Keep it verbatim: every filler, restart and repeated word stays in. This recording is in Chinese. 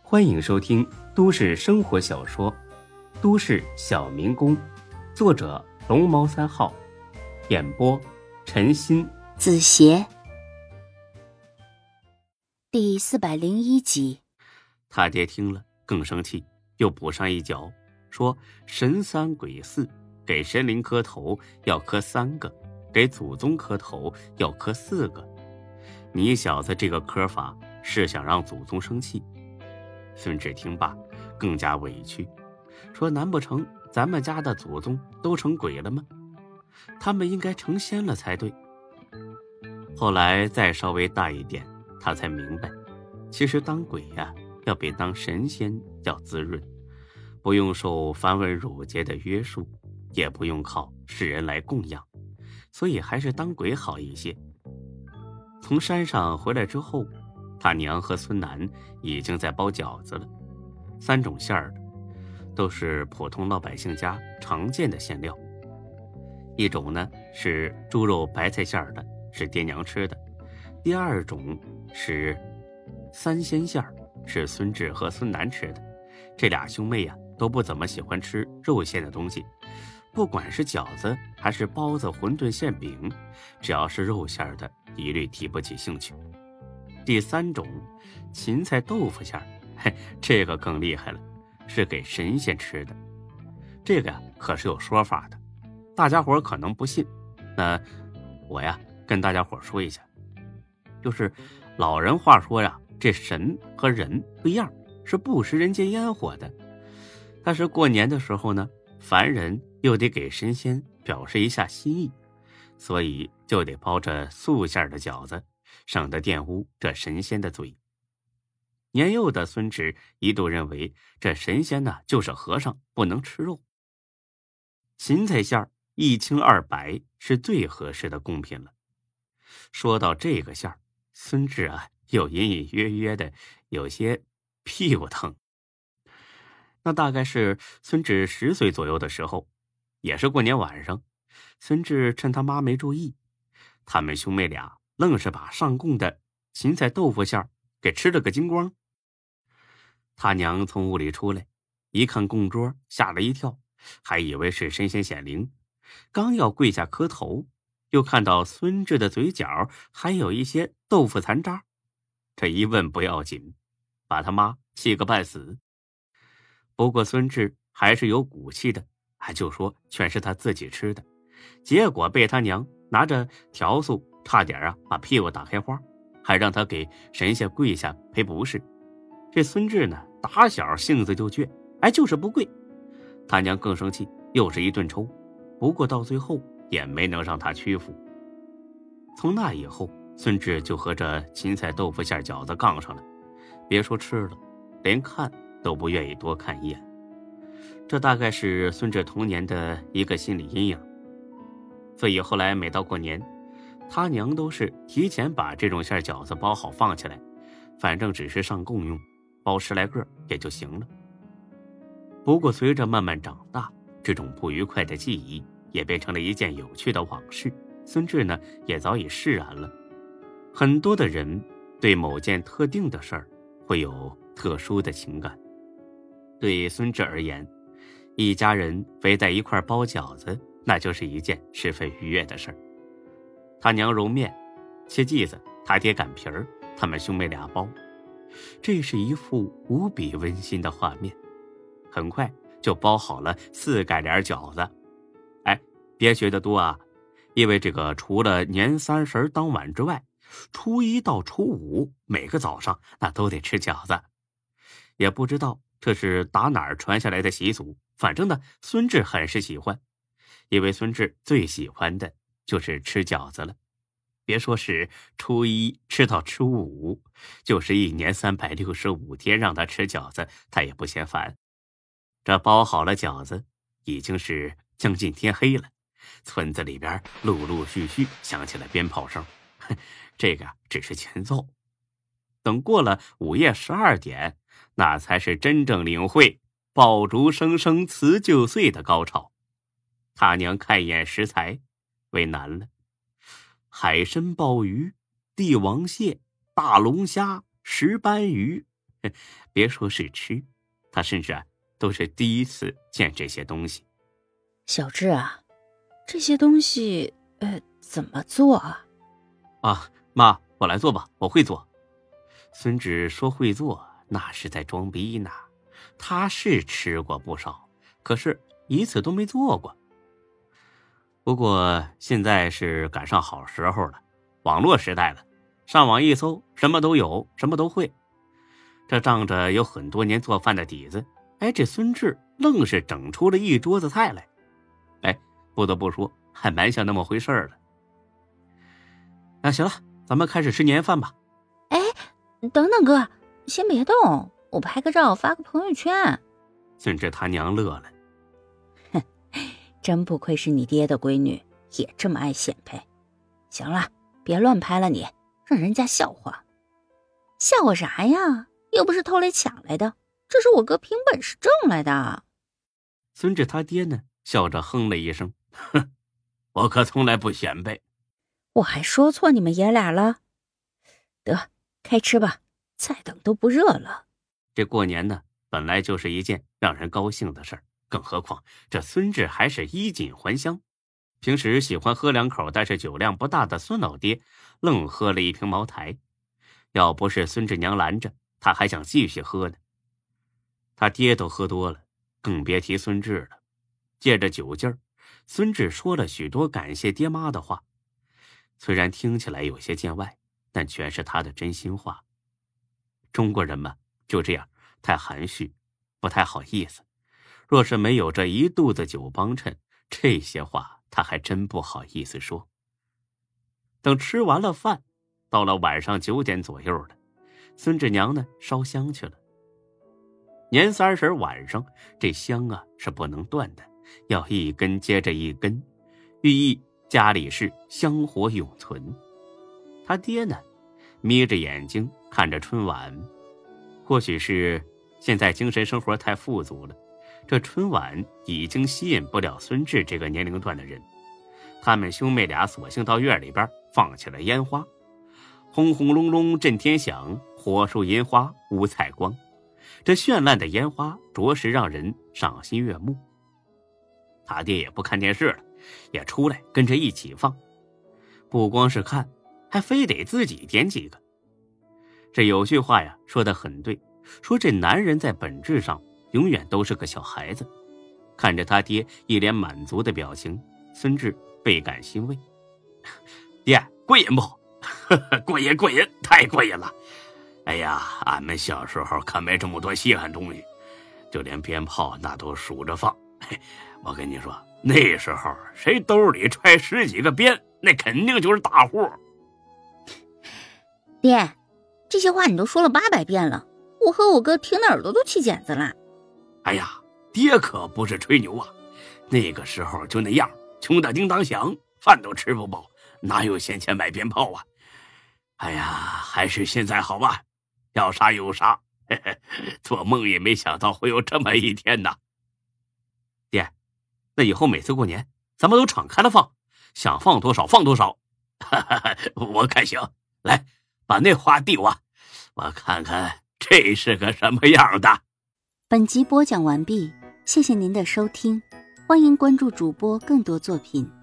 欢迎收听都市生活小说《都市小民工》，作者龙猫三号，演播陈鑫、 子邪，第四百零一集。 他爹听了更生气，又补上一脚，说神三鬼四，给神灵磕头要磕三个，给祖宗磕头要磕四个。你小子这个磕法是想让祖宗生气。孙志听罢更加委屈，说难不成咱们家的祖宗都成鬼了吗？他们应该成仙了才对。后来再稍微大一点，他才明白，其实当鬼呀、啊，要比当神仙要滋润，不用受繁文缛节的约束，也不用靠世人来供养，所以还是当鬼好一些。从山上回来之后，他娘和孙楠已经在包饺子了，三种馅儿的，都是普通老百姓家常见的馅料。一种呢是猪肉白菜馅儿的，是爹娘吃的；第二种是三鲜馅儿，是孙志和孙楠吃的。这俩兄妹呀、啊、都不怎么喜欢吃肉馅的东西，不管是饺子还是包子、馄饨、馅饼，只要是肉馅的，一律提不起兴趣。第三种芹菜豆腐馅儿，嘿，这个更厉害了，是给神仙吃的。这个呀可是有说法的，大家伙可能不信，那我呀跟大家伙说一下，就是老人话说呀，这神和人不一样，是不食人间烟火的。但是过年的时候呢，凡人又得给神仙表示一下心意，所以就得包着素馅的饺子，省得玷污这神仙的嘴。年幼的孙志一度认为这神仙呢就是和尚，不能吃肉。芹菜馅儿一清二白是最合适的贡品了。说到这个馅儿，孙志啊又隐隐约约的有些屁股疼。那大概是孙志十岁左右的时候，也是过年晚上，孙志趁他妈没注意，他们兄妹俩愣是把上供的芹菜豆腐馅儿给吃了个精光。他娘从屋里出来，一看供桌，吓了一跳，还以为是神仙显灵，刚要跪下磕头，又看到孙志的嘴角还有一些豆腐残渣。这一问不要紧，把他妈气个半死。不过孙志还是有骨气的，还就说全是他自己吃的，结果被他娘拿着笤帚差点啊把屁股打开花，还让他给神仙跪下赔不是。这孙志呢打小性子就倔，哎就是不跪。他娘更生气，又是一顿抽，不过到最后也没能让他屈服。从那以后，孙志就和这芹菜豆腐馅饺子杠上了，别说吃了，连看都不愿意多看一眼。这大概是孙志童年的一个心理阴影。所以后来每到过年，他娘都是提前把这种馅饺子包好放起来，反正只是上供用，包十来个也就行了。不过随着慢慢长大，这种不愉快的记忆也变成了一件有趣的往事。孙志呢也早已释然了。很多的人对某件特定的事儿会有特殊的情感。对孙志而言，一家人围在一块包饺子，那就是一件十分愉悦的事儿。他娘揉面，切荠子，他爹擀皮儿，他们兄妹俩包，这是一幅无比温馨的画面。很快就包好了四盖帘饺子。哎，别觉得多啊，因为这个除了年三十当晚之外，初一到初五每个早上那都得吃饺子。也不知道这是打哪儿传下来的习俗，反正呢孙志很是喜欢，因为孙志最喜欢的就是吃饺子了。别说是初一吃到初五，就是一年三百六十五天让他吃饺子，他也不嫌烦。这包好了饺子，已经是将近天黑了，村子里边陆陆续续响起了鞭炮声，这个只是前奏。等过了午夜十二点，那才是真正领会爆竹声声辞旧岁的高潮。他娘看一眼食材，为难了。海参鲍鱼、帝王蟹、大龙虾、石斑鱼， 别说是吃，他甚至啊都是第一次见这些东西。 小智啊，这些东西呃怎么做啊？ 啊，妈，我来做吧，我会做。孙志说会做，那是在装逼呢。他是吃过不少，可是一次都没做过。不过现在是赶上好时候了，网络时代了，上网一搜，什么都有，什么都会。这仗着有很多年做饭的底子，哎，这孙志愣是整出了一桌子菜来。哎，不得不说，还蛮像那么回事儿的。那行了，咱们开始吃年夜饭吧。 哎，等等哥，先别动，我拍个照发个朋友圈。 孙志他娘乐了。 哼，真不愧是你爹的闺女，也这么爱显摆。行了，别乱拍了你，让人家笑话。笑话啥呀？又不是偷来抢来的，这是我哥凭本事挣来的。 孙志他爹呢，笑着哼了一声，哼，我可从来不显摆。 我还说错你们爷俩了？得，开吃吧，菜等都不热了。 这过年呢，本来就是一件让人高兴的事儿，更何况这孙志还是衣锦还乡。平时喜欢喝两口但是酒量不大的孙老爹，愣喝了一瓶茅台。要不是孙志娘拦着，他还想继续喝呢。他爹都喝多了，更别提孙志了。借着酒劲儿，孙志说了许多感谢爹妈的话，虽然听起来有些见外，但全是他的真心话。中国人嘛，就这样，太含蓄，不太好意思。若是没有这一肚子酒帮衬，这些话他还真不好意思说。等吃完了饭，到了晚上九点左右了，孙志娘呢烧香去了。年三十晚上，这香啊是不能断的，要一根接着一根，寓意家里是香火永存。他爹呢，眯着眼睛看着春晚。或许是现在精神生活太富足了，这春晚已经吸引不了孙志这个年龄段的人。他们兄妹俩索性到院里边放起了烟花，轰轰隆隆震天响，火树银花五彩光。这绚烂的烟花着实让人赏心悦目。他爹也不看电视了，也出来跟着一起放。不光是看，还非得自己点几个。这有句话呀说得很对，说这男人在本质上永远都是个小孩子。看着他爹一脸满足的表情，孙志倍感欣慰。爹，过瘾不？过瘾过瘾，太过瘾了。哎呀，俺们小时候可没这么多稀罕东西，就连鞭炮那都数着放。我跟你说，那时候谁兜里揣十几个鞭，那肯定就是大户。 爹，这些话你都说了八百遍了，我和我哥听的耳朵都起茧子了。 哎呀，爹可不是吹牛啊，那个时候就那样，穷得叮当响，饭都吃不饱，哪有闲钱买鞭炮啊？哎呀，还是现在好吧，要啥有啥，嘿嘿，做梦也没想到会有这么一天呐。爹，那以后每次过年咱们都敞开了放，想放多少放多少。我看行，来，把那花递我，我看看这是个什么样的。 本集播讲完毕，谢谢您的收听，欢迎关注主播更多作品。